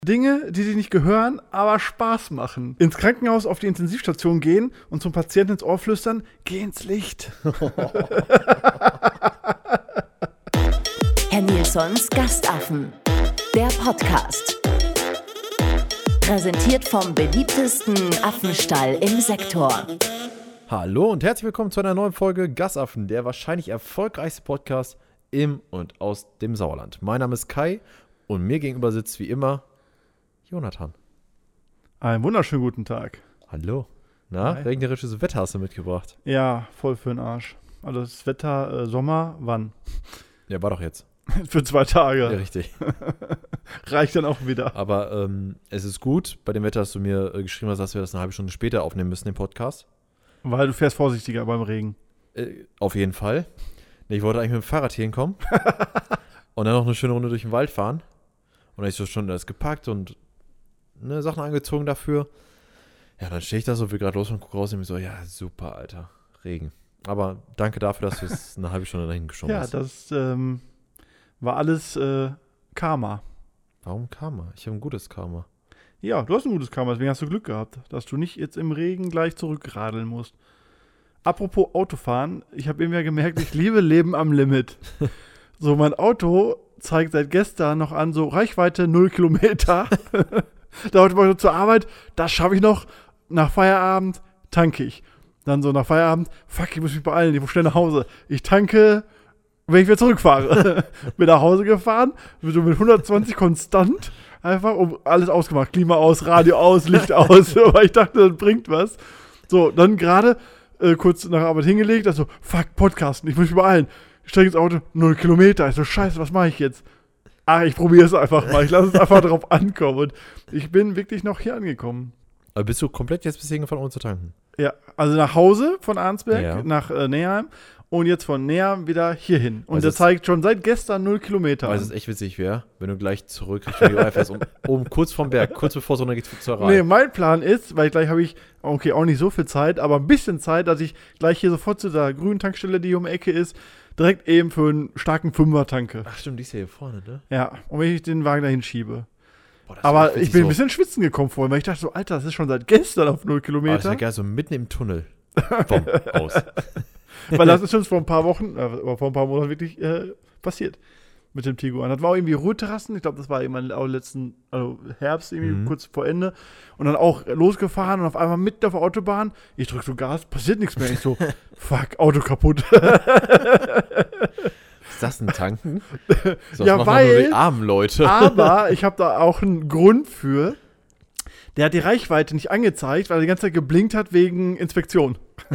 Dinge, die dir nicht gehören, aber Spaß machen. Ins Krankenhaus auf die Intensivstation gehen und zum Patienten ins Ohr flüstern, geh ins Licht. Herr Nilssons Gastaffen, der Podcast. Präsentiert vom beliebtesten Affenstall im Sektor. Hallo und herzlich willkommen zu einer neuen Folge Gastaffen, der wahrscheinlich erfolgreichste Podcast im und aus dem Sauerland. Mein Name ist Kai und mir gegenüber sitzt wie immer Jonathan. Einen wunderschönen guten Tag. Hallo. Na, Hi. regnerisches Wetter hast du mitgebracht. Ja, voll für den Arsch. Also das Wetter, Sommer, wann? Ja, war doch jetzt. Für 2 Tage. Ja, richtig. Reicht dann auch wieder. Aber es ist gut, bei dem Wetter, dass du mir geschrieben hast, dass wir das eine halbe Stunde später aufnehmen müssen, den Podcast. Weil du fährst vorsichtiger beim Regen. Auf jeden Fall. Nee, ich wollte eigentlich mit dem Fahrrad hier hinkommen und dann noch eine schöne Runde durch den Wald fahren. Und dann habe ich so schon alles gepackt und Sachen angezogen dafür. Ja, dann stehe ich da so, will gerade los und gucke raus und mir so, ja, super, Alter, Regen. Aber danke dafür, dass du es eine halbe Stunde dahin geschoben hast. Ja, das war alles Karma. Warum Karma? Ich habe ein gutes Karma. Ja, du hast ein gutes Karma, deswegen hast du Glück gehabt, dass du nicht jetzt im Regen gleich zurückradeln musst. Apropos Autofahren, ich habe eben ja gemerkt, ich liebe Leben am Limit. So, mein Auto zeigt seit gestern noch an, so Reichweite 0 Kilometer. Da heute mal zur Arbeit, das schaffe ich noch. Nach Feierabend tanke ich. Dann so nach Feierabend, fuck, ich muss mich beeilen, ich muss schnell nach Hause. Ich tanke, wenn ich wieder zurückfahre. Bin nach Hause gefahren, so mit 120 konstant, einfach alles ausgemacht. Klima aus, Radio aus, Licht aus, weil ich dachte, das bringt was. So, dann gerade kurz nach der Arbeit hingelegt, also fuck, Podcasten, ich muss mich beeilen. Ich steige ins Auto, 0 Kilometer. Ich so, scheiße, was mache ich jetzt? Ach, ich probiere es einfach mal. Ich lasse es einfach drauf ankommen. Und ich bin wirklich noch hier angekommen. Aber bist du komplett jetzt bis hierhin gefahren, ohne zu tanken? Ja, also nach Hause von Arnsberg, ja, nach Neheim und jetzt von Neheim wieder hierhin. Und also der zeigt schon seit gestern 0 Kilometer Weil an. es echt witzig wäre, wenn du gleich zurück Richtung UI fährst, oben kurz vom Berg, kurz bevor so eine geht zur Reihe. Nee, mein Plan ist, weil gleich habe ich, okay, auch nicht so viel Zeit, aber ein bisschen Zeit, dass ich gleich hier sofort zu der grünen Tankstelle, die hier um die Ecke ist, direkt eben für einen starken 5er tanke. Ach stimmt, die ist ja hier vorne, ne? Ja, und wenn ich den Wagen dahin schiebe. Boah, das Aber wär ich witzig, bin ein bisschen schwitzen gekommen vorhin, weil ich dachte so, Alter, das ist schon seit gestern auf 0 Aber das Kilometer. wäre geil, so mitten im Tunnel. Bumm, aus. Weil das ist schon vor ein paar Wochen, vor ein paar Monaten wirklich passiert mit dem Tiguan. Das war auch irgendwie Ruheterrassen, ich glaube, das war irgendwann auch letzten Herbst, irgendwie kurz vor Ende. Und dann auch losgefahren und auf einmal mitten auf der Autobahn, ich drück so Gas, passiert nichts mehr. Ich so, fuck, Auto kaputt. Ist das ein Tanken? So, Ja, das machen weil- nur die armen Leute. Aber ich habe da auch einen Grund für. Der hat die Reichweite nicht angezeigt, weil er die ganze Zeit geblinkt hat wegen Inspektion.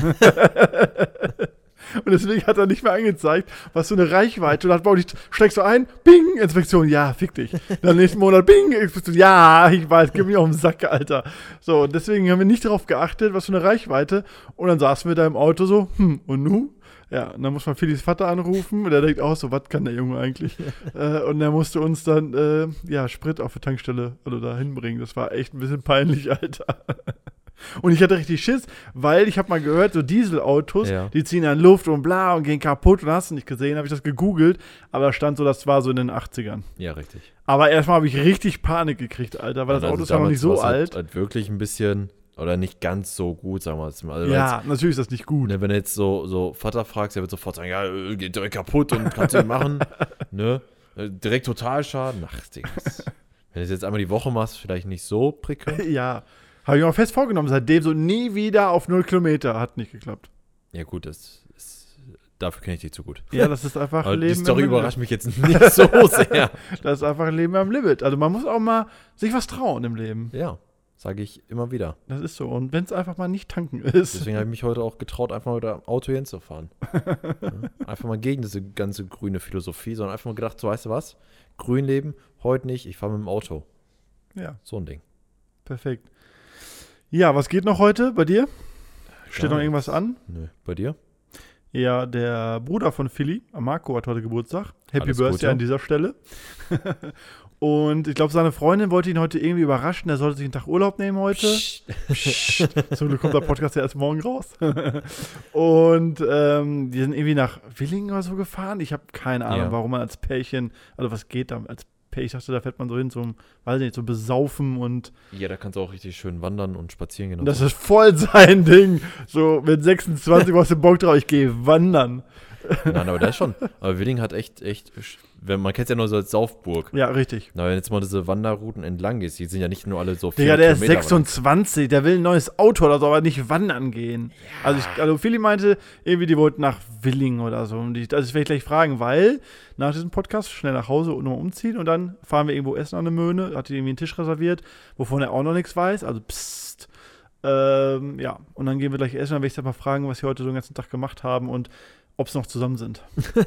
Und deswegen hat er nicht mehr angezeigt, was für eine Reichweite. Und dann schlägst du ein, Bing, Inspektion, ja, fick dich. Dann nächsten Monat, Bing, Inspektion, ja, ich weiß, gib mich auf den Sack, Alter. So, und deswegen haben wir nicht darauf geachtet, was für eine Reichweite. Und dann saßen wir da im Auto so, und nu? Ja, und dann muss man Phillys Vater anrufen und der denkt auch so, was kann der Junge eigentlich? Und der musste uns dann, Sprit auf der Tankstelle da hinbringen. Das war echt ein bisschen peinlich, Alter. Und ich hatte richtig Schiss, weil ich habe mal gehört, so Dieselautos, Ja. die ziehen an Luft und bla und gehen kaputt und hast du nicht gesehen, habe ich das gegoogelt, aber da stand so, das war so in den 80ern. Ja, richtig. Aber erstmal habe ich richtig Panik gekriegt, Alter, weil das Auto ist ja noch nicht so damals war's alt. Halt wirklich ein bisschen, oder nicht ganz so gut, sagen wir mal. Also Ja, natürlich ist das nicht gut. wenn du jetzt so Vater fragst, der wird sofort sagen, ja, geht direkt kaputt und kannst du nicht machen. Ne? Direkt Totalschaden. Ach, Digga. Wenn du es jetzt einmal die Woche machst, vielleicht nicht so prickelnd. Ja, habe ich mir auch fest vorgenommen, seitdem so nie wieder auf 0 Kilometer, hat nicht geklappt. Ja gut, dafür kenne ich dich zu gut. Ja, das ist einfach Aber Leben die Story am Limit. überrascht mich jetzt nicht so sehr. Das ist einfach ein Leben am Limit. Also man muss auch mal sich was trauen im Leben. Ja, sage ich immer wieder. Das ist so. Und wenn es einfach mal nicht tanken ist. Deswegen habe ich mich heute auch getraut, einfach mal mit dem Auto hinzufahren. Ja, einfach mal gegen diese ganze grüne Philosophie, sondern einfach mal gedacht, so, weißt du was? Grün leben, heute nicht, ich fahre mit dem Auto. Ja, So ein Ding. perfekt. Ja, was geht noch heute bei dir? Steht noch Gar irgendwas nichts. an? Nö. Bei dir? Ja, der Bruder von Philly, Marco, hat heute Geburtstag. Happy Alles Birthday Gute. an dieser Stelle. Und ich glaube, seine Freundin wollte ihn heute irgendwie überraschen. Er sollte sich einen Tag Urlaub nehmen heute. Psst. Zum Glück kommt der Podcast ja erst morgen raus. Und die sind irgendwie nach Willingen oder so gefahren. Ich habe keine Ahnung, Ja. warum man als Pärchen, also was geht da als Ich dachte, da fährt man so hin zum, weiß nicht, zum Besaufen und Ja, da kannst du auch richtig schön wandern und spazieren gehen. Und das so. ist voll sein Ding. So mit 26 hast du Bock drauf, ich gehe wandern. Nein, aber das ist schon. Aber Willingen hat echt, man kennt es ja nur so als Saufburg. Ja, richtig. Na, wenn jetzt mal diese Wanderrouten entlang gehst, die sind ja nicht nur alle so Digga, der ist Kilometer 26, der will ein neues Auto oder so, aber nicht wandern gehen. Ja. Also Philly meinte, irgendwie, die wollten nach Willingen oder so. Und ich werde gleich fragen, weil nach diesem Podcast schnell nach Hause und nochmal umziehen und dann fahren wir irgendwo essen an der Möhne, hat die irgendwie einen Tisch reserviert, wovon er auch noch nichts weiß, also psst. Ja, und dann gehen wir gleich essen, dann werde ich dann mal fragen, was sie heute so den ganzen Tag gemacht haben und ob sie noch zusammen sind.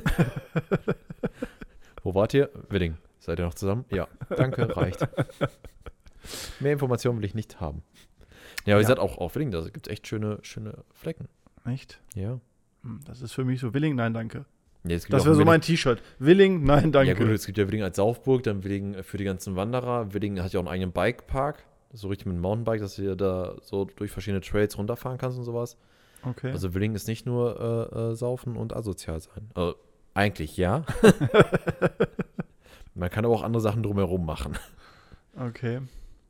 Wo wart ihr? Willingen. Seid ihr noch zusammen? Ja. Danke, reicht. Mehr Informationen will ich nicht haben. Ja, aber ihr seid auch auf Willingen, da gibt es echt schöne Flecken. Echt? Ja. Das ist für mich so Willingen, nein, danke. Ja, es gibt Das auch wäre so Willingen- mein T-Shirt. Willingen, nein, danke. Ja gut, es gibt ja Willingen als Saufburg, dann Willingen für die ganzen Wanderer. Willingen hat ja auch einen eigenen Bikepark, so richtig mit einem Mountainbike, dass du da so durch verschiedene Trails runterfahren kannst und sowas. Okay. Also Willingen ist nicht nur saufen und asozial sein. Also, eigentlich ja. Man kann aber auch andere Sachen drumherum machen. Okay.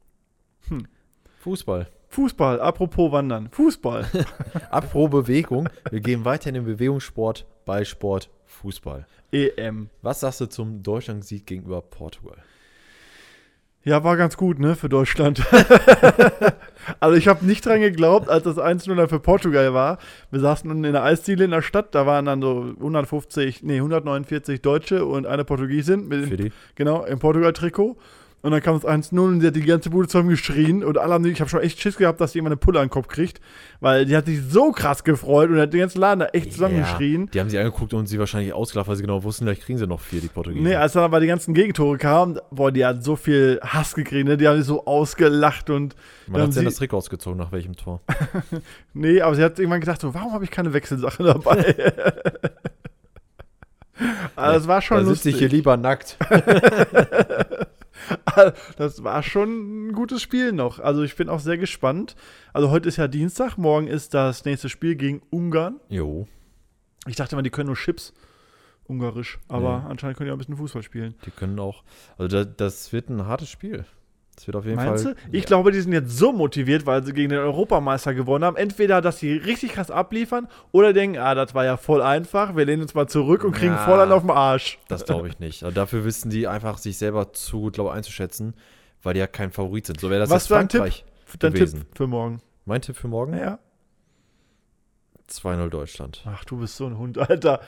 Fußball. Apropos Wandern. Fußball. Apropos Bewegung, wir gehen weiter in den Bewegungssport, Ballsport, Fußball. EM. Was sagst du zum Deutschlandsieg gegenüber Portugal? Ja, war ganz gut, ne, für Deutschland. Also ich habe nicht dran geglaubt, als das 1-0 dann für Portugal war. Wir saßen unten in der Eisdiele in der Stadt, da waren dann so 149 Deutsche und eine Portugiesin genau, im Portugal-Trikot. Und dann kam es 1-0 und sie hat die ganze Bude zusammen geschrien und alle haben, ich habe schon echt Schiss gehabt, dass die jemand eine Pulle an den Kopf kriegt, weil die hat sich so krass gefreut und hat den ganzen Laden da echt zusammengeschrien. Die haben sie angeguckt und sie wahrscheinlich ausgelacht, weil sie genau wussten, gleich kriegen sie noch 4, die Portugiesen. Nee, als dann aber die ganzen Gegentore kamen, boah, die hat so viel Hass gekriegt, ne? Die haben sich so ausgelacht und Man hat sie das Trikot ausgezogen, nach welchem Tor? Nee, aber sie hat irgendwann gedacht, so, warum habe ich keine Wechselsache dabei? Also das war schon da sitze lustig. ich hier lieber nackt. Das war schon ein gutes Spiel noch. Also ich bin auch sehr gespannt. Also heute ist ja Dienstag, morgen ist das nächste Spiel gegen Ungarn. Jo. Ich dachte mal, die können nur Chips, ungarisch. Aber anscheinend können die auch ein bisschen Fußball spielen. Die können auch. Also das wird ein hartes Spiel. Das wird auf jeden Meinst Fall. du? Ich glaube, die sind jetzt so motiviert, weil sie gegen den Europameister gewonnen haben. Entweder, dass sie richtig krass abliefern oder denken, das war ja voll einfach, wir lehnen uns mal zurück und kriegen voll einen auf den Arsch. Das glaube ich nicht. Also dafür wissen die einfach, sich selber zu gut, glaube ich, einzuschätzen, weil die ja kein Favorit sind. So wäre das Was jetzt ist dein Frankreich Dein gewesen. Tipp für morgen? Mein Tipp für morgen? Ja. 2-0 Deutschland. Ach, du bist so ein Hund, Alter.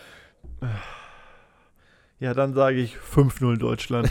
Ja, dann sage ich 5-0 Deutschland.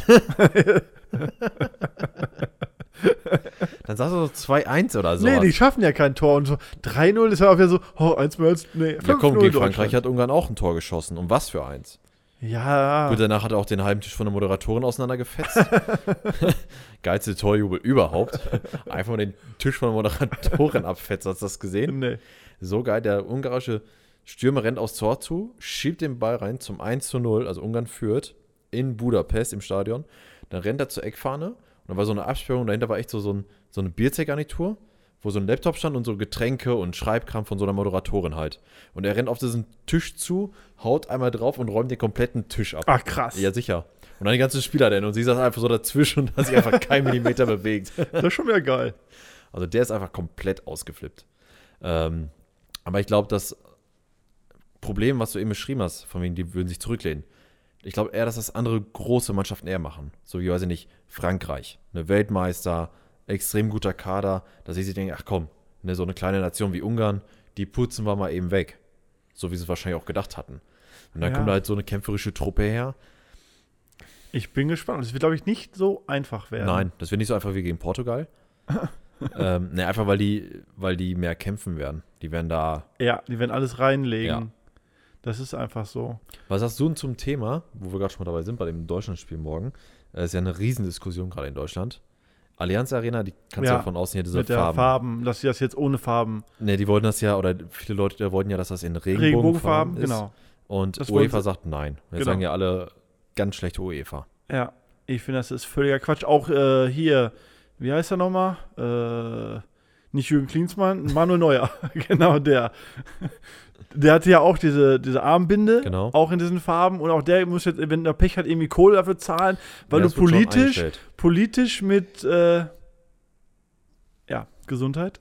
Dann sagst du so 2-1 oder so. Nee, die schaffen ja kein Tor. Und so 3-0 ist ja auch wieder so, 1 mehr als, nee, 5-0 ja, komm, gegen Deutschland. Frankreich hat Ungarn auch ein Tor geschossen. Und was für eins? Ja. Gut, danach hat er auch den halben Tisch von der Moderatorin auseinandergefetzt. Geilste Torjubel überhaupt. Einfach mal den Tisch von der Moderatorin abfetzt. Hast du das gesehen? Nee. So geil. Der ungarische Stürmer rennt aufs Tor zu, schiebt den Ball rein zum 1-0. Also Ungarn führt in Budapest im Stadion. Dann rennt er zur Eckfahne. Und da war so eine Absperrung. Dahinter war echt so eine Bierzeitgarnitur, wo so ein Laptop stand und so Getränke und Schreibkram von so einer Moderatorin halt. Und er rennt auf diesen Tisch zu, haut einmal drauf und räumt den kompletten Tisch ab. Ach, krass. Ja, sicher. Und dann die ganzen Spieler denn. Und sie saß einfach so dazwischen und hat sich einfach kein Millimeter bewegt. Das ist schon wieder geil. Also der ist einfach komplett ausgeflippt. Aber ich glaube, das Problem, was du eben beschrieben hast, von wegen, die würden sich zurücklehnen, ich glaube eher, dass das andere große Mannschaften eher machen. So wie, weiß ich nicht, Frankreich. Eine Weltmeister, extrem guter Kader, dass sie sich denken, ach komm, so eine kleine Nation wie Ungarn, die putzen wir mal eben weg. So wie sie es wahrscheinlich auch gedacht hatten. Und dann kommt da halt so eine kämpferische Truppe her. Ich bin gespannt. Es wird, glaube ich, nicht so einfach werden. Nein, das wird nicht so einfach wie gegen Portugal. Einfach weil die mehr kämpfen werden. Die werden da. Ja, die werden alles reinlegen. Ja. Das ist einfach so. Was sagst du denn zum Thema, wo wir gerade schon mal dabei sind, bei dem Deutschlandspiel morgen? Das ist ja eine Riesendiskussion gerade in Deutschland. Allianz Arena, die kannst du ja von außen hier diese mit der Farben, dass sie das jetzt ohne Farben. Ne, die wollten das ja, oder viele Leute wollten ja, dass das in Regenbogenfarben ist. Genau. Und das UEFA sagt nein. Wir genau. sagen ja alle ganz schlechte UEFA. Ja, ich finde, das ist völliger Quatsch. Auch hier, wie heißt er nochmal? Nicht Jürgen Klinsmann, Manuel Neuer. Genau der. Der hatte ja auch diese Armbinde, Genau. auch in diesen Farben. Und auch der muss jetzt, wenn der Pech hat, irgendwie Kohle dafür zahlen, weil Ja, du das wird schon eingestellt. politisch mit, Gesundheit.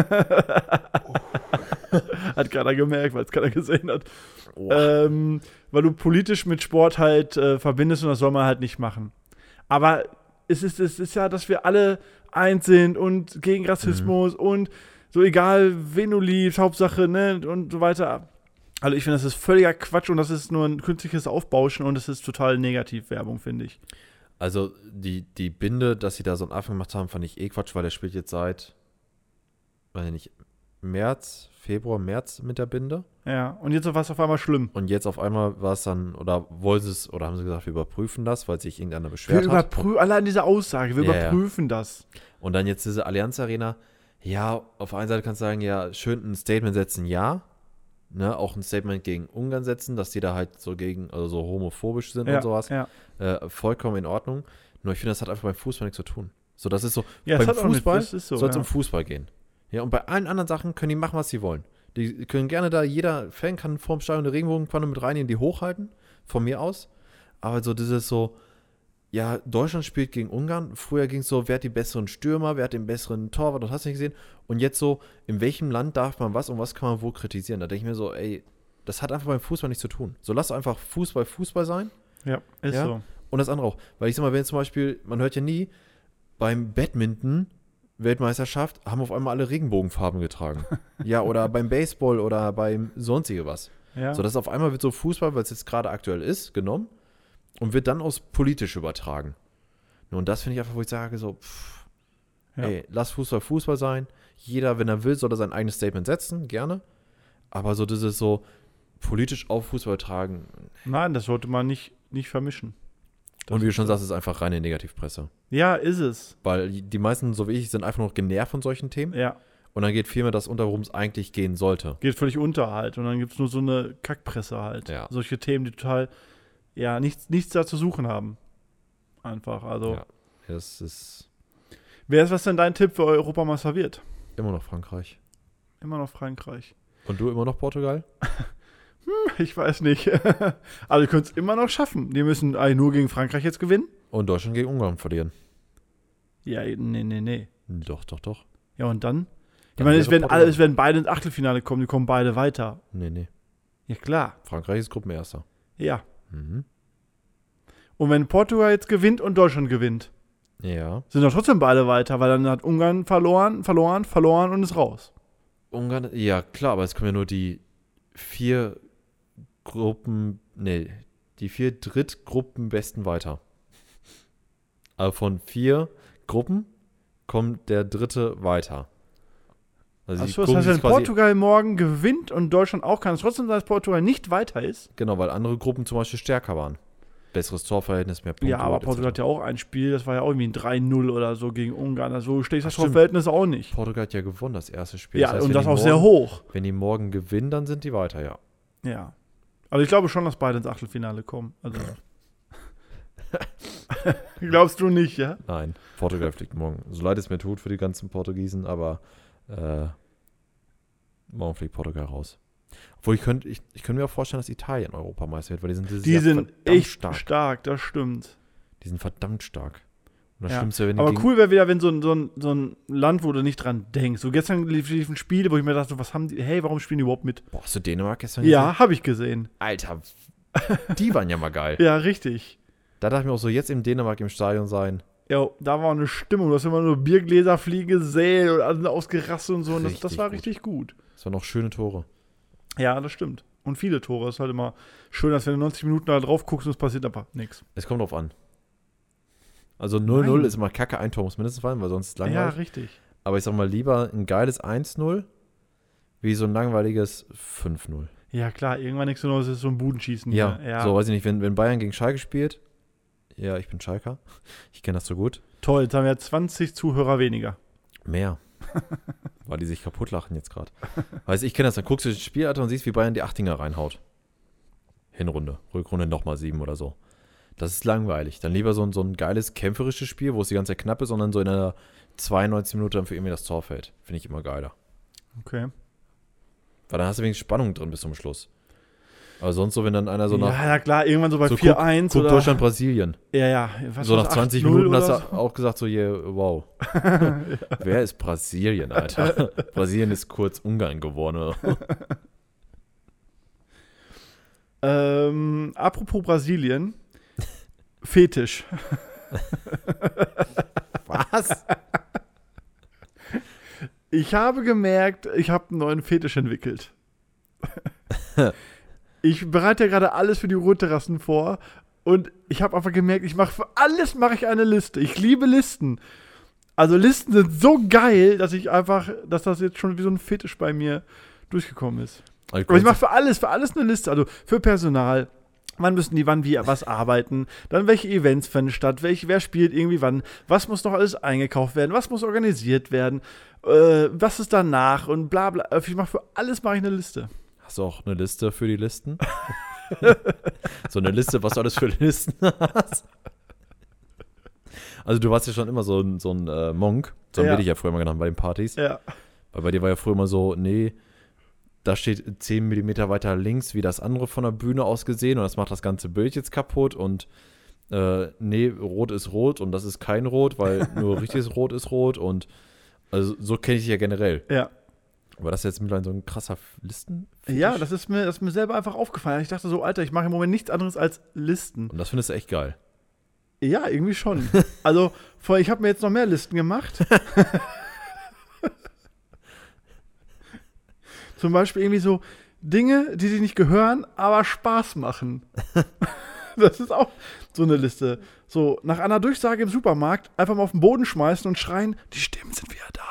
Hat keiner gemerkt, weil es keiner gesehen hat. Oh. Weil du politisch mit Sport halt verbindest und das soll man halt nicht machen. Aber es ist ja, dass wir alle eins sind und gegen Rassismus und so egal, wen du liebst, Hauptsache, ne, und so weiter. Also ich finde, das ist völliger Quatsch und das ist nur ein künstliches Aufbauschen und das ist total Negativwerbung, finde ich. Also die Binde, dass sie da so einen Anfang gemacht haben, fand ich Quatsch, weil der spielt jetzt seit, weiß ich nicht, Februar, März mit der Binde. Ja, und jetzt war es auf einmal schlimm. Und jetzt auf einmal war es dann, oder wollen sie es, oder haben sie gesagt, wir überprüfen das, weil sich irgendeiner Wir beschwert hat. allein diese Aussage, wir Ja, überprüfen das. Und dann jetzt diese Allianz Arena. Ja, auf der einen Seite kannst du sagen, ja, schön ein Statement setzen, ja. Ne, auch ein Statement gegen Ungarn setzen, dass die da halt so also so homophobisch sind und sowas. Ja. Vollkommen in Ordnung. Nur ich finde, das hat einfach beim Fußball nichts zu tun. So, das ist so, Ja, beim das hat auch Fußball das ist so, soll es ja. um Fußball gehen. Ja, und bei allen anderen Sachen können die machen, was sie wollen. Die können gerne da, jeder Fan kann vorm Stadion eine Regenbogenfahne mit reinnehmen, die hochhalten, von mir aus. Aber so dieses so, ja, Deutschland spielt gegen Ungarn. Früher ging es so, wer hat die besseren Stürmer, wer hat den besseren Torwart, das hast du nicht gesehen. Und jetzt so, in welchem Land darf man was und was kann man wo kritisieren? Da denke ich mir so, ey, das hat einfach beim Fußball nichts zu tun. So, lass einfach Fußball sein. Ja, ist Ja. so. Und das andere auch. Weil ich sag mal, wenn zum Beispiel, man hört ja nie, beim Badminton Weltmeisterschaft haben auf einmal alle Regenbogenfarben getragen. Ja, oder beim Baseball oder beim sonstige was. Ja. So, dass auf einmal wird so Fußball, weil es jetzt gerade aktuell ist, genommen und wird dann aus politisch übertragen. Und das finde ich einfach, wo ich sage so, Ja. ey, lass Fußball sein. Jeder, wenn er will, soll er sein eigenes Statement setzen, gerne. Aber so dieses so politisch auf Fußball tragen. Nein, das sollte man nicht vermischen. Und wie du schon sagst, ist einfach reine Negativpresse. Ja, ist es. Weil die meisten, so wie ich, sind einfach noch genervt von solchen Themen. Ja. Und dann geht vielmehr das unter, worum es eigentlich gehen sollte. Geht völlig unter halt. Und dann gibt es nur so eine Kackpresse halt. Ja. Solche Themen, die total, nichts da zu suchen haben. Einfach, also. Ja. Es ist Was ist denn dein Tipp für Europameister wird? immer noch Frankreich. Immer noch Frankreich. Und du immer noch Portugal? Ich weiß nicht. Aber die können es immer noch schaffen. Die müssen eigentlich nur gegen Frankreich jetzt gewinnen. Und Deutschland gegen Ungarn verlieren. Ja, nee. Doch. Ja, und dann? Ich Dann meine, wäre Portugal. es werden beide ins Achtelfinale kommen. Die kommen beide weiter. Nee. Ja, klar. Frankreich ist Gruppenerster. Ja. Mhm. Und wenn Portugal jetzt gewinnt und Deutschland gewinnt, Ja. sind doch trotzdem beide weiter, weil dann hat Ungarn verloren und ist raus. Ungarn, ja klar, aber es kommen ja nur die 4 Drittgruppenbesten weiter. Also von 4 Gruppen kommt der dritte weiter. Also die Achso, das Gruppen heißt, wenn ist quasi- Portugal morgen gewinnt und Deutschland auch, kann es trotzdem sein, dass Portugal nicht weiter ist. Genau, weil andere Gruppen zum Beispiel stärker waren. Besseres Torverhältnis, mehr Punkte. Ja, aber etc. Portugal hat ja auch ein Spiel, das war ja auch irgendwie ein 3-0 oder so gegen Ungarn. Also stehe ich das Ach, stimmt. Torverhältnis auch nicht. Portugal hat ja gewonnen, das erste Spiel. Ja, heißt, und wenn das die auch sehr morgen- hoch. Wenn die morgen gewinnen, dann sind die weiter, ja. Ja. Also ich glaube schon, dass beide ins Achtelfinale kommen. Also glaubst du nicht, ja? Nein, Portugal fliegt morgen. So leid es mir tut für die ganzen Portugiesen, aber morgen fliegt Portugal raus. Obwohl ich könnte mir auch vorstellen, dass Italien Europameister wird, weil die sind dieses Die Jahr sind verdammt echt stark. stark, das stimmt. Die sind verdammt stark. Und das Ja. Schlimmste, wenn die Aber gegen, cool wäre wieder, wenn so ein Land, wo du nicht dran denkst. So gestern liefen Spiele, wo ich mir dachte, was haben die, hey, warum spielen die überhaupt mit? Boah, hast du Dänemark gestern Ja, habe ich gesehen. Alter, die waren ja mal geil. Ja, richtig. Da dachte ich mir auch so, jetzt in Dänemark im Stadion sein. Ja, da war eine Stimmung. Du hast immer nur Biergläser fliegen gesehen und alle sind ausgerastet und so. Und das Richtig war gut. richtig gut. Das waren noch schöne Tore. Ja, das stimmt. Und viele Tore. Das ist halt immer schön, dass wenn du 90 Minuten da drauf guckst und es passiert einfach nichts. Es kommt drauf an. Also 0-0 Nein. ist immer kacke, ein Tor muss mindestens fallen, weil sonst ist es Ja, langweilig. richtig. Aber ich sag mal lieber ein geiles 1-0 wie so ein langweiliges 5-0. Ja, klar. Irgendwann nichts Neues ist so ein Budenschießen. Ja, hier. so weiß ich nicht, wenn Bayern gegen Schalke spielt. Ja, ich bin Schalker. Ich kenne das so gut. Toll, jetzt haben wir 20 Zuhörer weniger. Mehr. Weil die sich kaputt lachen jetzt gerade. Weißt du, ich kenne das, dann guckst du das Spiel, Alter, und siehst, wie Bayern die Achtinger reinhaut. Hinrunde, Rückrunde nochmal 7 oder so. Das ist langweilig. Dann lieber so ein geiles, kämpferisches Spiel, wo es die ganze Zeit knapp ist, sondern so in einer 92 Minute dann für irgendwie das Tor fällt. Finde ich immer geiler. Okay. Weil dann hast du wenigstens Spannung drin bis zum Schluss. Aber sonst so, wenn dann einer so nach... Ja, klar, irgendwann so bei so 4-1 guck oder... Deutschland, Brasilien. Ja. So nach 20 Minuten hast du so. auch gesagt so, yeah, wow. Wer ist Brasilien, Alter? Brasilien ist kurz Ungarn geworden. Apropos Brasilien. Fetisch. Was? Ich habe gemerkt, ich habe einen neuen Fetisch entwickelt. Ich bereite ja gerade alles für die Ruhrterrassen vor und ich habe einfach gemerkt, für alles mache ich eine Liste. Ich liebe Listen. Also Listen sind so geil, dass das jetzt schon wie so ein Fetisch bei mir durchgekommen ist. Aber ich mache für alles eine Liste. Also für Personal. Wann müssen die was arbeiten? Dann welche Events finden statt? Wer spielt irgendwie wann? Was muss noch alles eingekauft werden? Was muss organisiert werden? Was ist danach? Und bla bla. Für alles mache ich eine Liste. Hast du auch eine Liste für die Listen? So eine Liste, was du alles für Listen hast? Also du warst ja schon immer so ein Monk. So haben wir dich ja früher mal genannt bei den Partys. Ja. Weil bei dir war ja früher immer so, nee, da steht 10 mm weiter links wie das andere von der Bühne aus gesehen und das macht das ganze Bild jetzt kaputt und nee, rot ist rot und das ist kein Rot, weil nur richtiges Rot ist rot und also so kenne ich dich ja generell. Ja. Aber das ist jetzt mittlerweile so ein krasser Listen? Ja, das ist mir selber einfach aufgefallen. Ich dachte so, Alter, ich mache im Moment nichts anderes als Listen. Und das findest du echt geil. Ja, irgendwie schon. Also, ich habe mir jetzt noch mehr Listen gemacht. Zum Beispiel irgendwie so Dinge, die sich nicht gehören, aber Spaß machen. Das ist auch so eine Liste. So, nach einer Durchsage im Supermarkt einfach mal auf den Boden schmeißen und schreien, die Stimmen sind wieder da.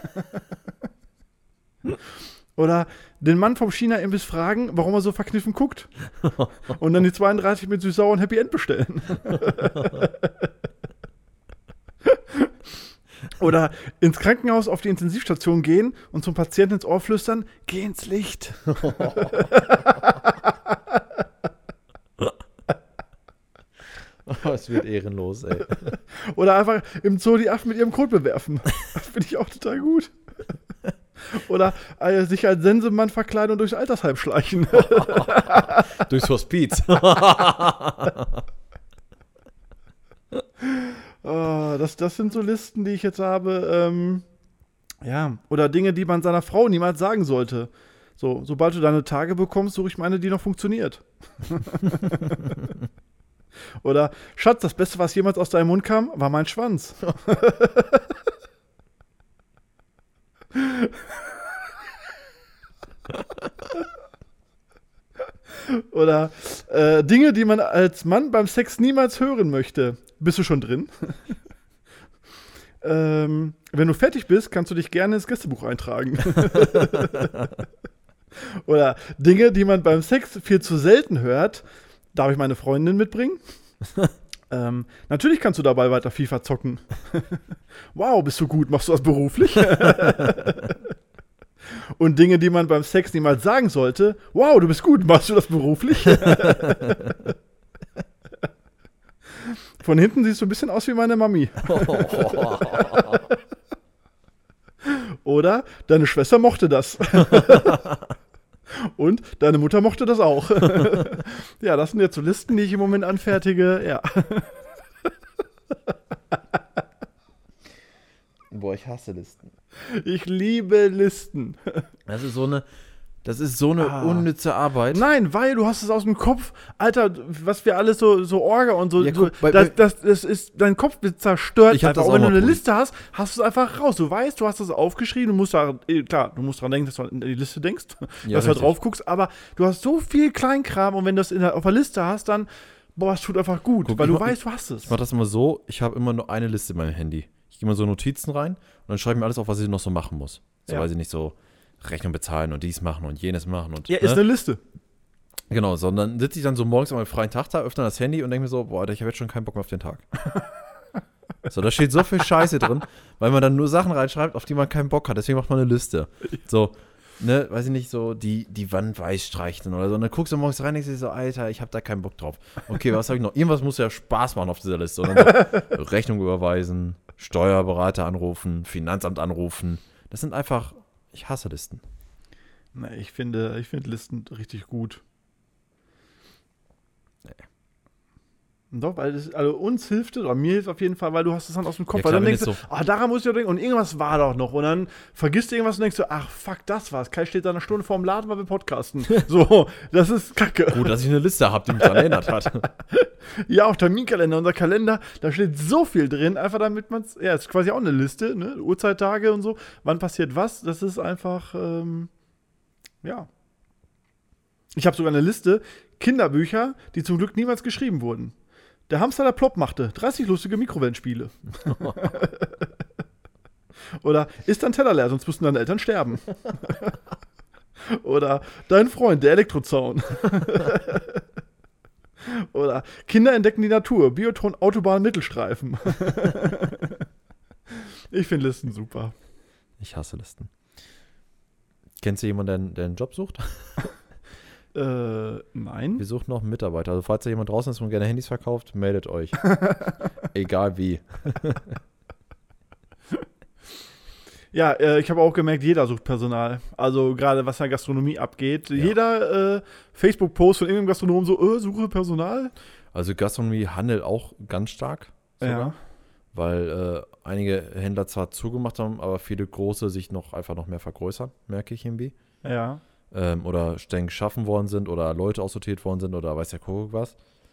Oder den Mann vom China-Imbiss fragen, warum er so verkniffen guckt. Und dann die 32 mit süß-sauer und Happy End bestellen. Oder ins Krankenhaus auf die Intensivstation gehen und zum Patienten ins Ohr flüstern, geh ins Licht. Oh, es wird ehrenlos, ey. Oder einfach im Zoo die Affen mit ihrem Kot bewerfen. Das finde ich auch total gut. Oder sich als Sensemann verkleiden und durchs Altersheim schleichen. Durchs Hospiz. Das sind so Listen, die ich jetzt habe. Oder Dinge, die man seiner Frau niemals sagen sollte. So, sobald du deine Tage bekommst, suche ich meine, die noch funktioniert. Oder, Schatz, das Beste, was jemals aus deinem Mund kam, war mein Schwanz. Oder Dinge, die man als Mann beim Sex niemals hören möchte. Bist du schon drin? Wenn du fertig bist, kannst du dich gerne ins Gästebuch eintragen. Oder Dinge, die man beim Sex viel zu selten hört. Darf ich meine Freundin mitbringen? Natürlich kannst du dabei weiter FIFA zocken. Wow, bist du gut, machst du das beruflich? Und Dinge, die man beim Sex niemals sagen sollte. Wow, du bist gut, machst du das beruflich? Von hinten siehst du ein bisschen aus wie meine Mami. Oder deine Schwester mochte das. Und deine Mutter mochte das auch. Ja, das sind jetzt so Listen, die ich im Moment anfertige. Ja. Boah, ich hasse Listen. Ich liebe Listen. Das ist so eine unnütze Arbeit. Nein, weil du hast es aus dem Kopf. Alter, was wir alles so Orga und so. Ja, guck, das ist, dein Kopf wird zerstört. Ich hab das auch auch wenn du mal eine probiert. Liste hast, hast du es einfach raus. Du weißt, du hast das aufgeschrieben. Du musst dran denken, dass du an die Liste denkst. Ja, dass du da richtig. drauf guckst. Aber du hast so viel Kleinkram und wenn du das auf der Liste hast, dann, es tut einfach gut. Guck, weil ich du mach- weißt, du hast es. Ich mache das immer so, ich habe immer nur eine Liste in meinem Handy. Ich gehe mal so Notizen rein und dann schreibe ich mir alles auf, was ich noch so machen muss. So Ja. weiß ich nicht, so Rechnung bezahlen und dies machen und jenes machen. Und, Ja, ist eine Liste. Genau, sondern sitze ich dann so morgens an meinem freien Tag da, öffne das Handy und denke mir so, boah, Alter, ich habe jetzt schon keinen Bock mehr auf den Tag. So, da steht so viel Scheiße drin, weil man dann nur Sachen reinschreibt, auf die man keinen Bock hat. Deswegen macht man eine Liste. So, ne, weiß ich nicht, so die Wand weiß streichen oder so. Und dann guckst du morgens rein und denkst dir so, Alter, ich habe da keinen Bock drauf. Okay, was habe ich noch? Irgendwas muss ja Spaß machen auf dieser Liste. Und dann so, Rechnung überweisen, Steuerberater anrufen, Finanzamt anrufen. Das sind einfach, ich hasse Listen. Ne, ich finde Listen richtig gut. Doch, weil also uns hilft es, oder mir hilft auf jeden Fall, weil du hast es dann aus dem Kopf. Ja, Weil klar, dann wenn denkst du, jetzt daran muss ich doch denken, und irgendwas war doch noch. Und dann vergisst du irgendwas und denkst du, ach, fuck, das war's. Kai steht da eine Stunde vorm Laden, weil wir podcasten. So, das ist kacke. Gut, dass ich eine Liste habe, die mich daran erinnert hat. Ja, auch Terminkalender, unser Kalender, da steht so viel drin, einfach damit man es, ja, ist quasi auch eine Liste, ne, Uhrzeittage und so, wann passiert was, das ist einfach, ja. Ich habe sogar eine Liste, Kinderbücher, die zum Glück niemals geschrieben wurden. Der Hamster, der plopp machte, 30 lustige Mikrowellenspiele. Oder ist dein Teller leer, sonst müssten deine Eltern sterben. Oder dein Freund, der Elektrozaun. Oder Kinder entdecken die Natur, Biotron, Autobahn, Mittelstreifen. Ich finde Listen super. Ich hasse Listen. Kennst du jemanden, der einen Job sucht? Nein. Wir suchen noch einen Mitarbeiter. Also falls da jemand draußen ist und gerne Handys verkauft, meldet euch. Egal wie. Ja, ich habe auch gemerkt, jeder sucht Personal. Also gerade was in der Gastronomie abgeht. Ja. Jeder Facebook-Post von irgendeinem Gastronom so, suche Personal. Also Gastronomie handelt auch ganz stark. Sogar, weil einige Händler zwar zugemacht haben, aber viele große sich einfach noch mehr vergrößern, merke ich irgendwie. Ja. Oder Stellen geschaffen worden sind oder Leute aussortiert worden sind oder weiß der Kuckuck was.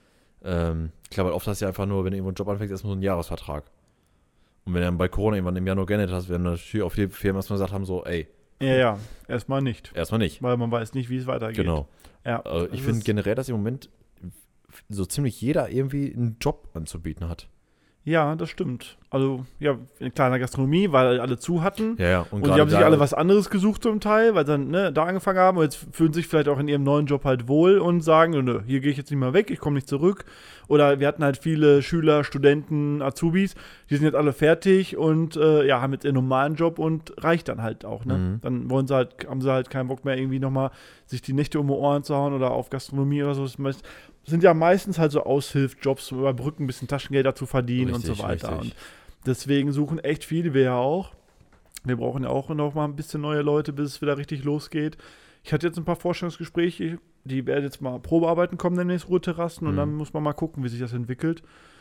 Ich glaube, oft hast du ja einfach nur, wenn du irgendwo einen Job anfängst, erstmal so einen Jahresvertrag. Und wenn du dann bei Corona irgendwann im Januar geändert hast, werden natürlich auch viele Firmen erstmal gesagt haben, so, ey. Ja, erstmal nicht. Erstmal nicht. Weil man weiß nicht, wie es weitergeht. Genau. Ja, Ich finde generell, dass im Moment so ziemlich jeder irgendwie einen Job anzubieten hat. Ja, das stimmt. Also, ja, in kleiner Gastronomie, weil alle zu hatten. Ja. Und die haben sich alle was anderes gesucht zum Teil, weil sie dann da angefangen haben und jetzt fühlen sich vielleicht auch in ihrem neuen Job halt wohl und sagen, nö, hier gehe ich jetzt nicht mehr weg, ich komme nicht zurück. Oder wir hatten halt viele Schüler, Studenten, Azubis, die sind jetzt alle fertig und haben jetzt ihren normalen Job und reicht dann halt auch. Ne? Mhm. Dann haben sie halt keinen Bock mehr, irgendwie nochmal sich die Nächte um die Ohren zu hauen oder auf Gastronomie oder so. Das sind ja meistens halt so Aushilfsjobs, um über Brücken ein bisschen Taschengelder zu verdienen und so weiter. Richtig. Und deswegen suchen echt viele, wir ja auch. Wir brauchen ja auch noch mal ein bisschen neue Leute, bis es wieder richtig losgeht. Ich hatte jetzt ein paar Vorstellungsgespräche, die werden jetzt mal Probearbeiten kommen, demnächst Ruheterrassen und dann muss man mal gucken, wie sich das entwickelt.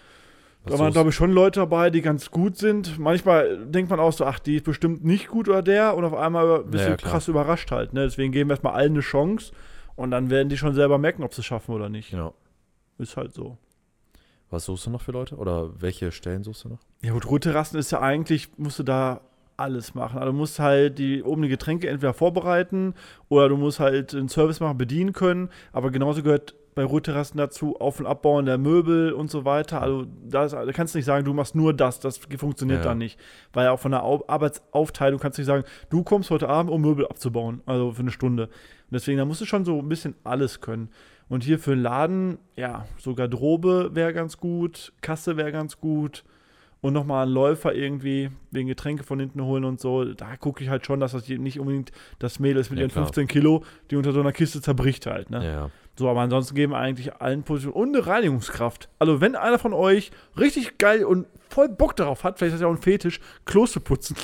Da waren, glaube ich, schon Leute dabei, die ganz gut sind. Manchmal denkt man auch so, ach, die ist bestimmt nicht gut oder der und auf einmal bist du krass überrascht halt. Ne? Deswegen geben wir erstmal allen eine Chance und dann werden die schon selber merken, ob sie es schaffen oder nicht. Genau. Ist halt so. Was suchst du noch für Leute? Oder welche Stellen suchst du noch? Ja gut, Ruheterrassen ist ja eigentlich, musst du da alles machen. Also du musst halt oben die Getränke entweder vorbereiten oder du musst halt einen Service machen, bedienen können. Aber genauso gehört bei Ruheterrassen dazu Auf- und Abbauen der Möbel und so weiter. Also da kannst du nicht sagen, du machst nur das funktioniert dann nicht. Weil auch von der Arbeitsaufteilung kannst du nicht sagen, du kommst heute Abend, um Möbel abzubauen, also für eine Stunde. Und deswegen, da musst du schon so ein bisschen alles können. Und hier für den Laden, ja, so Garderobe wäre ganz gut, Kasse wäre ganz gut und nochmal einen Läufer irgendwie wegen Getränke von hinten holen und so. Da gucke ich halt schon, dass das nicht unbedingt das Mädel ist mit ihren 15 Kilo, die unter so einer Kiste zerbricht halt, ne? Ja. So, aber ansonsten geben wir eigentlich allen Positionen und eine Reinigungskraft. Also wenn einer von euch richtig geil und voll Bock darauf hat, vielleicht ist das ja auch ein Fetisch, Klos zu putzen,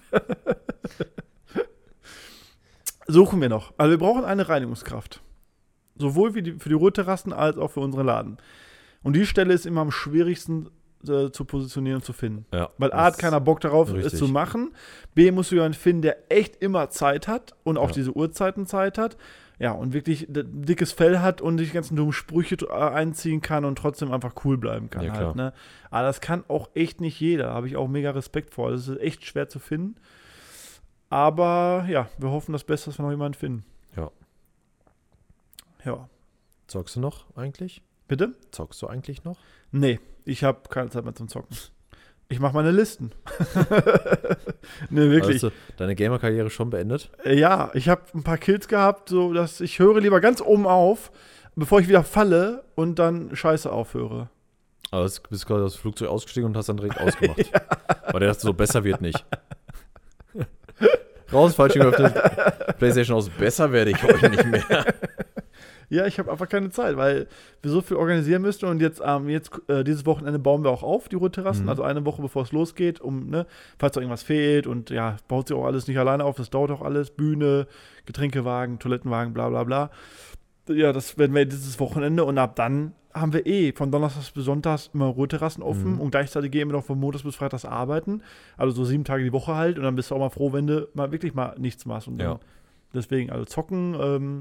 suchen wir noch. Also wir brauchen eine Reinigungskraft. Sowohl für die Ruheterrassen als auch für unseren Laden. Und die Stelle ist immer am schwierigsten zu positionieren und zu finden. Ja, weil A hat keiner Bock darauf, richtig. es zu machen. B musst du jemanden finden, der echt immer Zeit hat und auch diese Uhrzeiten Zeit hat. Ja, und wirklich dickes Fell hat und die ganzen dummen Sprüche einziehen kann und trotzdem einfach cool bleiben kann. Ja, halt, ne? Aber das kann auch echt nicht jeder. Habe ich auch mega Respekt vor. Das ist echt schwer zu finden. Aber ja, wir hoffen das Beste, dass wir noch jemanden finden. Ja. Ja. Zockst du noch eigentlich? Bitte? Zockst du eigentlich noch? Nee, ich habe keine Zeit mehr zum Zocken. Ich mache meine Listen. Nee, wirklich. Hast du deine Gamer-Karriere schon beendet? Ja, ich habe ein paar Kills gehabt, so dass ich höre lieber ganz oben auf, bevor ich wieder falle und dann Scheiße aufhöre. Aber du bist quasi aus dem Flugzeug ausgestiegen und hast dann direkt ausgemacht. Weil der dachte so, besser wird nicht. Raus, Fallschirm geöffnet, PlayStation aus, besser werde ich heute nicht mehr. Ja, ich habe einfach keine Zeit, weil wir so viel organisieren müssen und jetzt dieses Wochenende bauen wir auch auf, die Ruheterrassen, also eine Woche bevor es losgeht, falls noch irgendwas fehlt und ja, baut sich auch alles nicht alleine auf, das dauert auch alles, Bühne, Getränkewagen, Toilettenwagen, bla bla bla. Ja, das werden wir dieses Wochenende und ab dann haben wir von Donnerstags bis Sonntags immer Ruheterrassen offen und gleichzeitig gehen wir noch von Montags bis Freitags arbeiten, also so 7 Tage die Woche halt und dann bist du auch mal froh, wenn du mal wirklich mal nichts machst und dann deswegen, also zocken,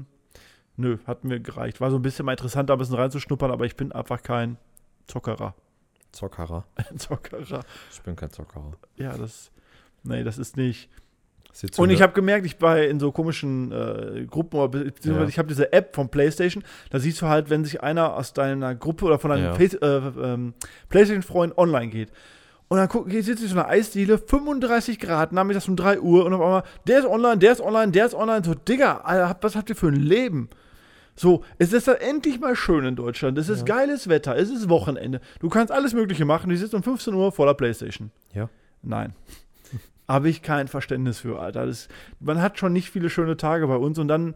hat mir gereicht. War so ein bisschen mal interessant, da ein bisschen reinzuschnuppern, aber ich bin einfach kein Zockerer. Zockerer. Zockerer. Ich bin kein Zockerer. Ja, das ist nicht. Und ich habe gemerkt, ich war in so komischen Gruppen, beziehungsweise ich habe diese App von PlayStation, da siehst du halt, wenn sich einer aus deiner Gruppe oder von deinem PlayStation-Freund online geht. Und dann sitzt ich so eine Eisdiele, 35 Grad, nachmittags um 3 Uhr und auf einmal, der ist online, der ist online, der ist online. So, Digga, Alter, was habt ihr für ein Leben? So, es ist dann endlich mal schön in Deutschland. Es ist geiles Wetter, es ist Wochenende. Du kannst alles Mögliche machen. Die sitzt um 15 Uhr vor der Playstation. Ja. Nein. Habe ich kein Verständnis für, Alter. Man hat schon nicht viele schöne Tage bei uns und dann,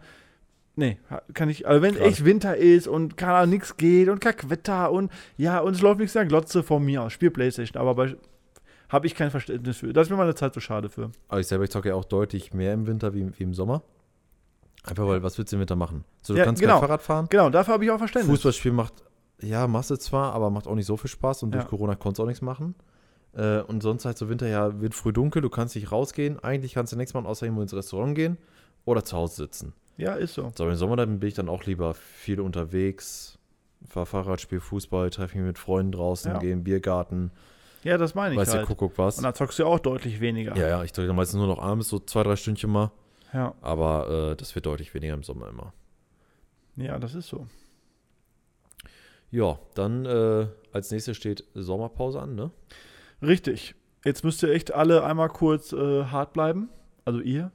kann ich, also wenn echt Winter ist und keine Ahnung, nichts geht und Kackwetter und es läuft nichts, dann Glotze von mir aus, spiel Playstation, aber habe ich kein Verständnis für. Da ist mir meine Zeit so schade für. Aber ich zocke ja auch deutlich mehr im Winter wie im Sommer. Einfach weil, was willst du im Winter machen? So, du kannst kein Fahrrad fahren. Genau, dafür habe ich auch Verständnis. Fußballspiel machst du zwar, aber macht auch nicht so viel Spaß und durch Corona konntest du auch nichts machen. Und sonst halt so Winter, wird früh dunkel, du kannst nicht rausgehen. Eigentlich kannst du nichts machen, außer irgendwo ins Restaurant gehen oder zu Hause sitzen. Ja, ist so. So, im Sommer dann bin ich dann auch lieber viel unterwegs, fahr Fahrrad, spiel Fußball, treffe mich mit Freunden draußen, gehe in den Biergarten. Ja, das meine ich weiß halt. Weiß der Kuckuck was. Und da zockst du ja auch deutlich weniger. Ja, ich zocke dann meistens nur noch abends, so 2-3 Stündchen mal. Ja. Aber das wird deutlich weniger im Sommer immer. Ja, das ist so. Ja, dann als nächstes steht Sommerpause an, ne? Richtig. Jetzt müsst ihr echt alle einmal kurz hart bleiben. Also ihr.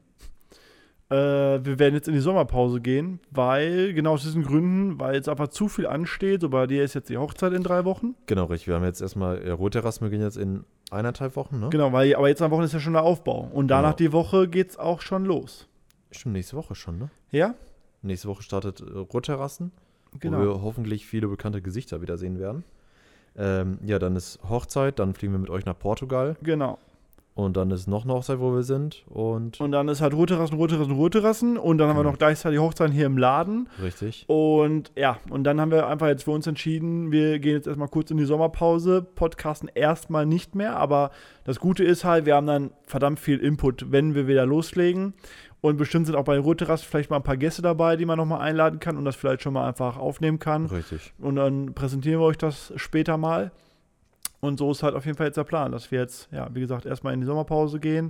Wir werden jetzt in die Sommerpause gehen, weil, genau aus diesen Gründen, weil jetzt einfach zu viel ansteht. So, bei dir ist jetzt die Hochzeit in 3 Wochen. Genau, richtig. Wir haben jetzt erstmal Ruheterrassen beginnen jetzt in 1,5 Wochen, ne? Genau, aber jetzt am Wochenende ist ja schon der Aufbau. Und danach die Woche geht's auch schon los. Stimmt, nächste Woche schon, ne? Ja? Nächste Woche startet Ruheterrassen, genau. Wo wir hoffentlich viele bekannte Gesichter wiedersehen werden. Dann ist Hochzeit, dann fliegen wir mit euch nach Portugal. Genau. Und dann ist noch eine Hochzeit, wo wir sind. Und dann ist halt Ruheterrassen. Und dann haben wir noch gleichzeitig Hochzeiten hier im Laden. Richtig. Und und dann haben wir einfach jetzt für uns entschieden, wir gehen jetzt erstmal kurz in die Sommerpause, podcasten erstmal nicht mehr. Aber das Gute ist halt, wir haben dann verdammt viel Input, wenn wir wieder loslegen. Und bestimmt sind auch bei den Ruheterrassen vielleicht mal ein paar Gäste dabei, die man nochmal einladen kann und das vielleicht schon mal einfach aufnehmen kann. Richtig. Und dann präsentieren wir euch das später mal. Und so ist halt auf jeden Fall jetzt der Plan, dass wir jetzt, wie gesagt, erstmal in die Sommerpause gehen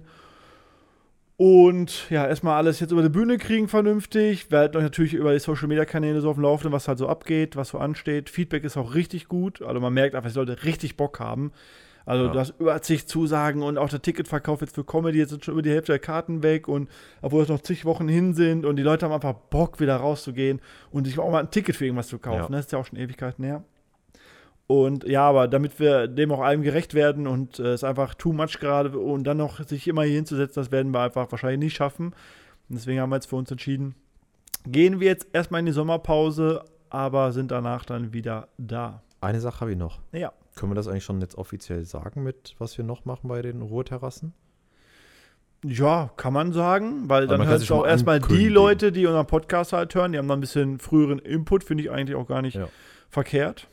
und erstmal alles jetzt über die Bühne kriegen vernünftig. Wir halten euch natürlich über die Social-Media-Kanäle so auf dem Laufenden, was halt so abgeht, was so ansteht. Feedback ist auch richtig gut, also man merkt einfach, die Leute richtig Bock haben. Also du hast über zig Zusagen und auch der Ticketverkauf jetzt für Comedy, jetzt sind schon über die Hälfte der Karten weg und obwohl es noch zig Wochen hin sind und die Leute haben einfach Bock, wieder rauszugehen und sich auch mal ein Ticket für irgendwas zu kaufen. Ja. Das ist ja auch schon Ewigkeiten her. Und aber damit wir dem auch allem gerecht werden und es ist einfach too much gerade und dann noch sich immer hier hinzusetzen, das werden wir einfach wahrscheinlich nicht schaffen. Und deswegen haben wir jetzt für uns entschieden, gehen wir jetzt erstmal in die Sommerpause, aber sind danach dann wieder da. Eine Sache habe ich noch. Ja. Können wir das eigentlich schon jetzt offiziell sagen, mit was wir noch machen bei den Ruheterrassen? Ja, kann man sagen, weil dann hörst du auch erstmal die Leute, die unseren Podcast halt hören, die haben dann ein bisschen früheren Input, finde ich eigentlich auch gar nicht verkehrt.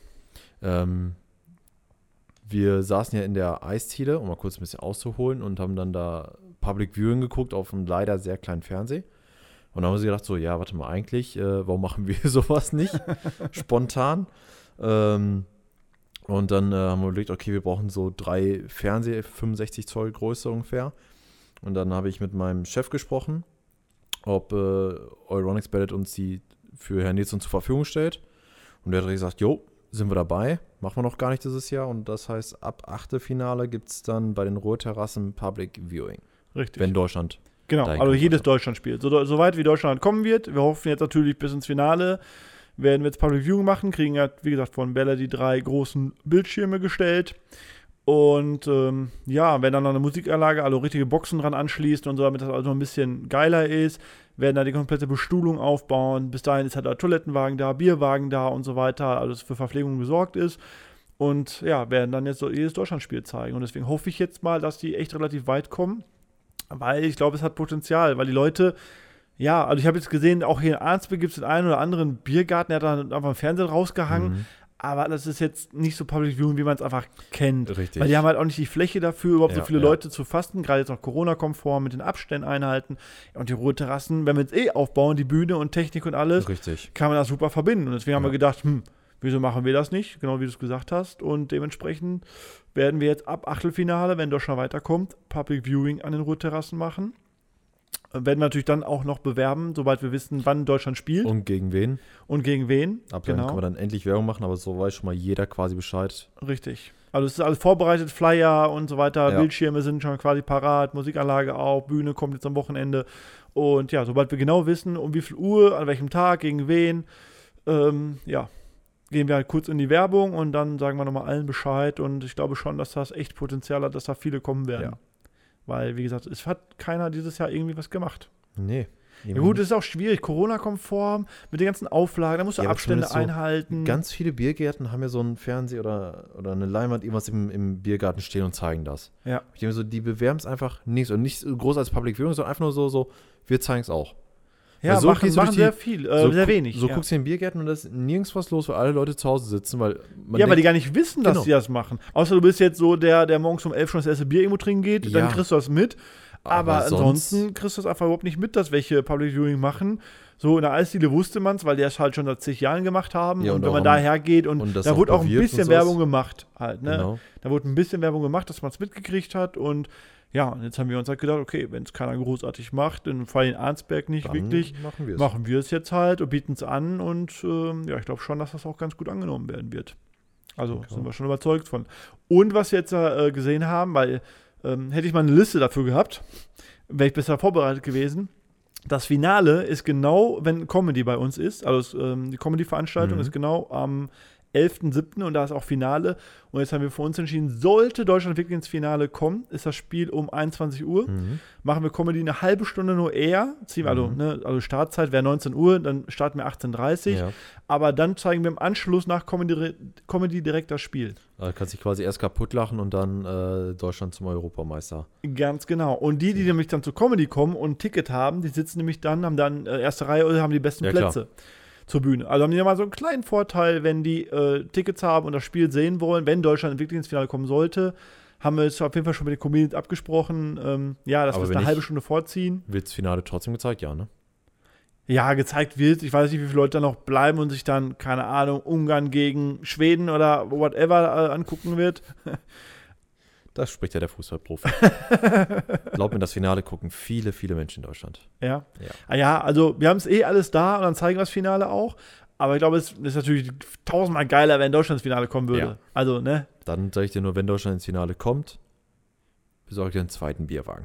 Wir saßen ja in der Eisdiele, um mal kurz ein bisschen auszuholen, und haben dann da Public Viewing geguckt auf einem leider sehr kleinen Fernseher. Und dann haben wir gedacht, so, warte mal, eigentlich, warum machen wir sowas nicht? Spontan. Und dann haben wir überlegt, okay, wir brauchen so 3 Fernseher, 65 Zoll Größe ungefähr. Und dann habe ich mit meinem Chef gesprochen, ob Euronics Ballett uns die für Herrn Nilsson zur Verfügung stellt. Und der hat gesagt, jo, sind wir dabei, machen wir noch gar nicht dieses Jahr. Und das heißt, ab Achtelfinale gibt es dann bei den Ruheterrassen Public Viewing. Richtig. Wenn Deutschland. Genau, also jedes Deutschland spielt. Soweit wie Deutschland kommen wird. Wir hoffen jetzt natürlich bis ins Finale. Werden wir jetzt Public Viewing machen, kriegen ja, wie gesagt, von Bella die 3 großen Bildschirme gestellt. Und ja, wenn dann noch eine Musikanlage, also richtige Boxen dran anschließt und so, damit das also noch ein bisschen geiler ist, werden da die komplette Bestuhlung aufbauen. Bis dahin ist halt der Toilettenwagen da, Bierwagen da und so weiter, also dass für Verpflegung gesorgt ist. Und ja, werden dann jetzt so jedes Deutschlandspiel zeigen. Und deswegen hoffe ich jetzt mal, dass die echt relativ weit kommen, weil ich glaube, es hat Potenzial, weil die Leute, ja, also ich habe jetzt gesehen, auch hier in Arnsberg gibt es den einen oder anderen Biergarten, der hat da einfach im Fernsehen rausgehangen. Aber das ist jetzt nicht so Public Viewing, wie man es einfach kennt. Richtig. Weil die haben halt auch nicht die Fläche dafür, überhaupt so viele ja. Leute zu fassen. Gerade jetzt auch Corona-konform mit den Abständen einhalten. Und die Ruheterrassen, wenn wir jetzt aufbauen, die Bühne und Technik und alles, Richtig. kann man das super verbinden. Und deswegen haben wir gedacht, wieso machen wir das nicht? Genau wie du es gesagt hast. Und dementsprechend werden wir jetzt ab Achtelfinale, wenn Deutschland weiterkommt, Public Viewing an den Ruheterrassen machen. Werden wir natürlich dann auch noch bewerben, sobald wir wissen, wann Deutschland spielt. Und gegen wen? Und gegen wen. Ab dann können wir dann endlich Werbung machen, aber so weiß schon mal jeder quasi Bescheid. Richtig. Also es ist alles vorbereitet, Flyer und so weiter, Ja. Bildschirme sind schon quasi parat, Musikanlage auch, Bühne kommt jetzt am Wochenende. Und ja, sobald wir genau wissen, um wie viel Uhr, an welchem Tag, gegen wen, gehen wir halt kurz in die Werbung und dann sagen wir nochmal allen Bescheid. Und ich glaube schon, dass das echt Potenzial hat, dass da viele kommen werden. Ja. Weil, wie gesagt, es hat keiner dieses Jahr irgendwie was gemacht. Nee. Ja gut, es ist auch schwierig, Corona-konform, mit den ganzen Auflagen, da musst du Ja, aber Abstände zumindest so einhalten. Ganz viele Biergärten haben ja so einen Fernseher oder eine Leinwand, irgendwas im Biergarten stehen und zeigen das. Ja. Ich denke so, die bewerben es einfach nicht so. Nicht so groß als Public Viewing, sondern einfach nur so, wir zeigen es auch. Ja, Weil so machen gehst du durch sehr die- viel, So sehr gu- wenig. So ja. guckst du in den Biergärten und da ist nirgends was los, weil alle Leute zu Hause sitzen, weil man Ja, weil die denkt, gar nicht wissen, dass Genau. die das machen. Außer du bist jetzt so der morgens um 11 schon das erste Bier irgendwo trinken geht, Ja. dann kriegst du das mit. Aber sonst- ansonsten kriegst du das einfach überhaupt nicht mit, dass welche Public Viewing machen. So in der Eisdiele wusste man es, weil die das halt schon seit zig Jahren gemacht haben. Ja, und und wenn auch man da hergeht und das da auch wurde auch ein bewirbt bisschen und sowas. Werbung gemacht halt, ne? Genau. Da wurde ein bisschen Werbung gemacht, dass man es mitgekriegt hat und ja, und jetzt haben wir uns halt gedacht, okay, wenn es keiner großartig macht, in Fall in Arnsberg nicht Dann wirklich, machen wir es. machen wir es jetzt halt und bieten es an und ja, ich glaube schon, dass das auch ganz gut angenommen werden wird. Also Okay. sind wir schon überzeugt von. Und was wir jetzt gesehen haben, weil hätte ich mal eine Liste dafür gehabt, wäre ich besser vorbereitet gewesen. Das Finale ist genau, wenn Comedy bei uns ist, also die Comedy-Veranstaltung ist genau am 11.07. und da ist auch Finale. Und jetzt haben wir für uns entschieden, sollte Deutschland wirklich ins Finale kommen, ist das Spiel um 21 Uhr. Machen wir Comedy eine halbe Stunde nur eher. Also Startzeit wäre 19 Uhr, dann starten wir 18.30 Uhr. Ja. Aber dann zeigen wir im Anschluss nach Comedy direkt das Spiel. Da kannst du dich quasi erst kaputt lachen und dann Deutschland zum Europameister. Ganz genau. Und die nämlich dann zur Comedy kommen und ein Ticket haben, die sitzen nämlich dann, haben dann erste Reihe oder haben die besten Ja, klar. Plätze zur Bühne. Also haben die ja mal so einen kleinen Vorteil, wenn die Tickets haben und das Spiel sehen wollen, wenn Deutschland wirklich ins Finale kommen sollte. Haben wir jetzt auf jeden Fall schon mit den Comedians abgesprochen, dass Aber wir es wenn eine halbe nicht- Stunde vorziehen. Wird das Finale trotzdem gezeigt? Ja, ne? Ja, gezeigt wird. Ich weiß nicht, wie viele Leute da noch bleiben und sich dann, keine Ahnung, Ungarn gegen Schweden oder whatever angucken wird. Das spricht ja der Fußballprofi. Glaub mir, das Finale gucken viele, viele Menschen in Deutschland. Ja. Ja. Ah ja, also wir haben es alles da und dann zeigen wir das Finale auch. Aber ich glaube, es ist natürlich tausendmal geiler, wenn Deutschland ins Finale kommen würde. Ja. Also, ne? Dann sage ich dir nur, wenn Deutschland ins Finale kommt, besorge dir einen zweiten Bierwagen.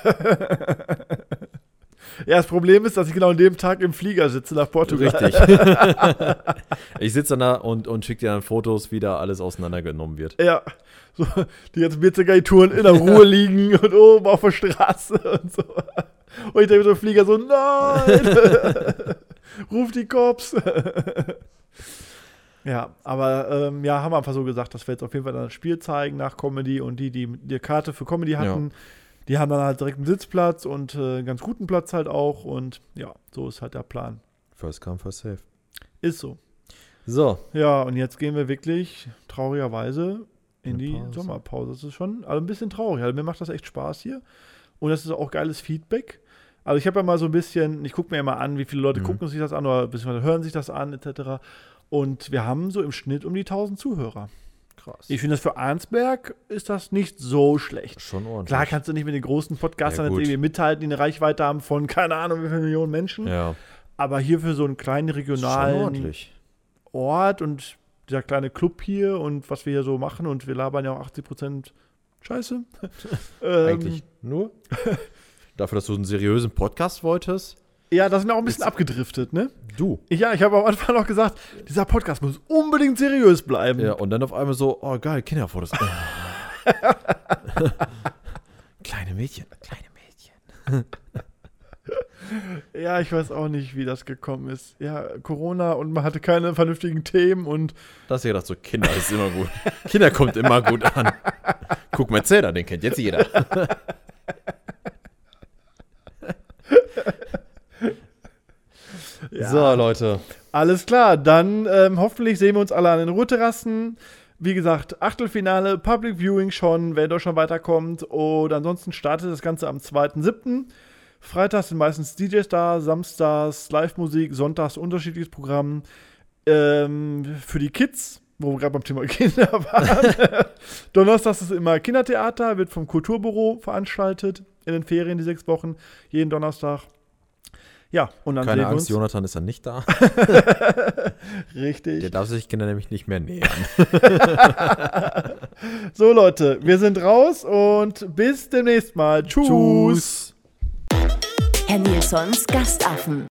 Ja, das Problem ist, dass ich genau an dem Tag im Flieger sitze nach Portugal. Richtig. Ich sitze dann da und schicke dir dann Fotos, wie da alles auseinandergenommen wird. Ja. So, die ganzen Biergarnituren in der Ruhe liegen und oben auf der Straße und so. Und ich denke so im Flieger so, nein! Ruf die Cops! Ja, aber haben wir einfach so gesagt, dass wir jetzt auf jeden Fall dann das Spiel zeigen nach Comedy und die Karte für Comedy hatten, die haben dann halt direkt einen Sitzplatz und einen ganz guten Platz halt auch und ja, so ist halt der Plan. First come, first save. Ist so. So. Ja, und jetzt gehen wir wirklich traurigerweise in Eine die Pause. Sommerpause. Das ist schon ein bisschen traurig. Also mir macht das echt Spaß hier. Und das ist auch geiles Feedback. Also ich habe ja mal so ein bisschen, ich gucke mir immer an, wie viele Leute gucken sich das an oder beziehungsweise hören sich das an, etc. Und wir haben so im Schnitt um die 1000 Zuhörer. Krass. Ich finde, das für Arnsberg ist das nicht so schlecht. Schon ordentlich. Klar kannst du nicht mit den großen Podcastern Ja, jetzt gut. irgendwie mithalten, die eine Reichweite haben von, keine Ahnung, wie viele Millionen Menschen. Ja, Aber hier für so einen kleinen schon regionalen ordentlich. Ort und dieser kleine Club hier und was wir hier so machen und wir labern ja auch 80% Scheiße. Eigentlich nur dafür, dass du einen seriösen Podcast wolltest. Ja, da sind wir auch ein bisschen abgedriftet, ne? Du. Ja, ich habe am Anfang noch gesagt, dieser Podcast muss unbedingt seriös bleiben. Ja, und dann auf einmal so, oh geil, Kinderfotos. Kleine Mädchen. Ja, ich weiß auch nicht, wie das gekommen ist. Ja, Corona und man hatte keine vernünftigen Themen und Da hast du gedacht, so Kinder ist immer gut. Kinder kommt immer gut an. Guck mal, Zelda, den kennt jetzt jeder. ja, So, Leute. alles klar. Dann hoffentlich sehen wir uns alle an den Ruhrterrassen. Wie gesagt, Achtelfinale, Public Viewing schon, wer in Deutschland weiterkommt. Und ansonsten startet das Ganze am 2.7. Freitags sind meistens DJs da, samstags Live-Musik, sonntags unterschiedliches Programm. Für die Kids, wo wir gerade beim Thema Kinder waren. Donnerstags ist immer Kindertheater, wird vom Kulturbüro veranstaltet. In den Ferien, die 6 Wochen, jeden Donnerstag. Ja, und dann Keine sehen wir Angst, uns. Jonathan ist dann nicht da. Richtig. Der darf sich Kinder nämlich nicht mehr nähern. So, Leute, wir sind raus und bis demnächst mal. Tschüss. Herr Nilssons Gastaffen.